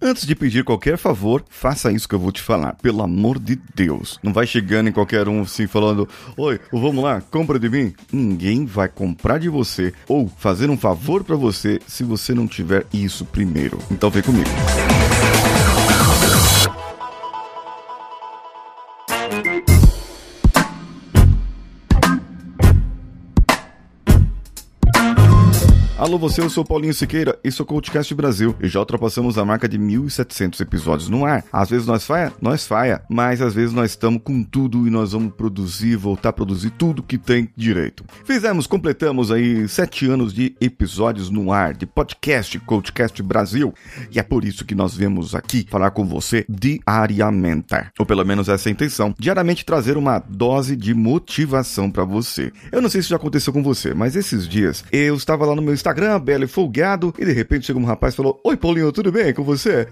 Antes de pedir qualquer favor, faça isso que eu vou te falar, pelo amor de Deus. Não vai chegando em qualquer um assim falando: oi, vamos lá, compra de mim. Ninguém vai comprar de você ou fazer um favor pra você se você não tiver isso primeiro. Então vem comigo. Alô você, eu sou Paulinho Siqueira, esse é o CoachCast Brasil e já ultrapassamos a marca de 1.700 episódios no ar. Às vezes nós falha, mas às vezes nós estamos com tudo e nós vamos voltar a produzir tudo que tem direito. Completamos aí 7 anos de episódios no ar, de podcast CoachCast Brasil, e é por isso que nós viemos aqui falar com você diariamente, ou pelo menos essa é a intenção, diariamente trazer uma dose de motivação pra você. Eu não sei se já aconteceu com você, mas esses dias eu estava lá no meu Instagram, belo e folgado, e de repente chega um rapaz e falou: oi Paulinho, tudo bem com você?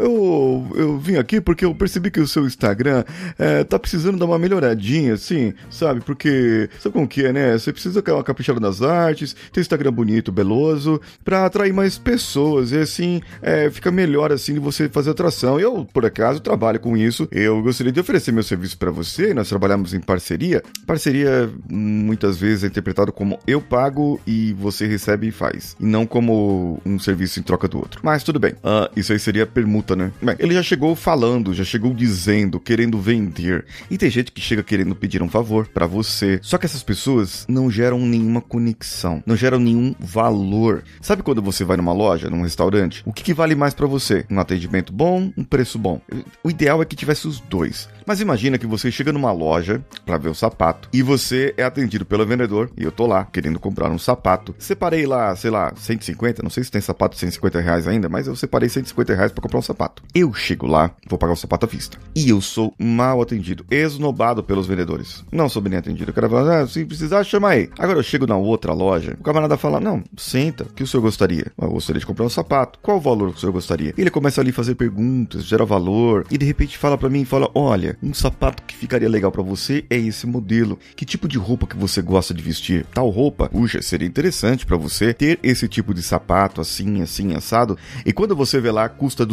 Eu vim aqui porque eu percebi que o seu Instagram tá precisando dar uma melhoradinha, assim, sabe? Porque, sabe como que é, né? Você precisa dar uma caprichada nas artes, ter Instagram bonito, beloso, pra atrair mais pessoas, e assim, fica melhor assim de você fazer atração. Eu, por acaso, trabalho com isso, eu gostaria de oferecer meu serviço pra você, e nós trabalhamos em parceria. Parceria, muitas vezes, é interpretado como eu pago e você recebe e faz, e não como um serviço em troca do outro. Mas tudo bem. Isso aí seria permuta, né? Bem, ele já chegou falando, já chegou dizendo, querendo vender. E tem gente que chega querendo pedir um favor pra você. Só que essas pessoas não geram nenhuma conexão, não geram nenhum valor. Sabe quando você vai numa loja, num restaurante? O que vale mais pra você? Um atendimento bom, um preço bom? O ideal é que tivesse os dois. Mas imagina que você chega numa loja pra ver o sapato e você é atendido pelo vendedor e eu tô lá querendo comprar um sapato. Separei lá, sei lá, 150, não sei se tem sapato de 150 reais ainda, mas eu separei 150 reais pra comprar um sapato. Eu chego lá, vou pagar o sapato à vista. E eu sou mal atendido, esnobado pelos vendedores. Não sou bem atendido. O cara fala: se precisar, chama aí. Agora eu chego na outra loja, o camarada fala: não, senta, o que o senhor gostaria? Eu gostaria de comprar um sapato. Qual o valor que o senhor gostaria? Ele começa ali a fazer perguntas, gera valor, e de repente fala pra mim, olha, um sapato que ficaria legal pra você é esse modelo. Que tipo de roupa que você gosta de vestir? Tal roupa? Puxa, seria interessante pra você ter esse tipo de sapato, assim, assado. E quando você vê lá, custa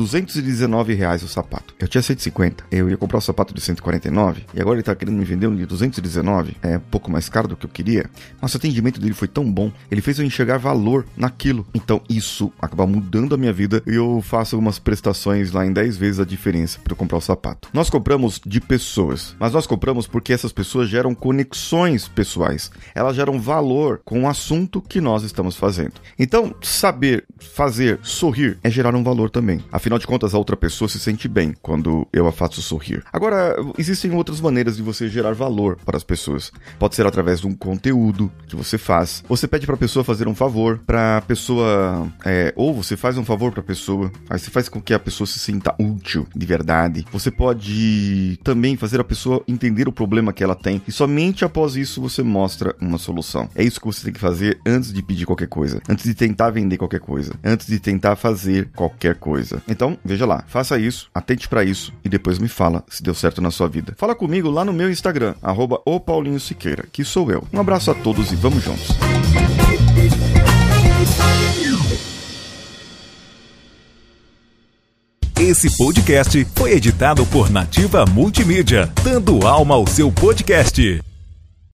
R$219 o sapato. Eu tinha 150. Eu ia comprar o sapato de 149. E agora ele tá querendo me vender um de 219. É um pouco mais caro do que eu queria. Mas o atendimento dele foi tão bom. Ele fez eu enxergar valor naquilo. Então isso acaba mudando a minha vida. E eu faço algumas prestações lá em 10 vezes a diferença para eu comprar o sapato. Nós compramos de pessoas. Mas nós compramos porque essas pessoas geram conexões pessoais. Elas geram valor com o assunto que nós estamos fazendo. Então, saber fazer sorrir é gerar um valor também. Afinal de contas, a outra pessoa se sente bem quando eu a faço sorrir. Agora, existem outras maneiras de você gerar valor para as pessoas. Pode ser através de um conteúdo que você faz. Você pede para a pessoa fazer um favor, para a pessoa... ou você faz um favor para a pessoa, aí você faz com que a pessoa se sinta útil de verdade. Você pode também fazer a pessoa entender o problema que ela tem e somente após isso você mostra uma solução. É isso que você tem que fazer antes de pedir qualquer coisa, antes de tentar vender qualquer coisa, antes de tentar fazer qualquer coisa. Então, veja lá, faça isso, atente pra isso e depois me fala se deu certo na sua vida. Fala comigo lá no meu Instagram, @opaulinhosiqueira, que sou eu. Um abraço a todos e vamos juntos. Esse podcast foi editado por Nativa Multimídia, dando alma ao seu podcast.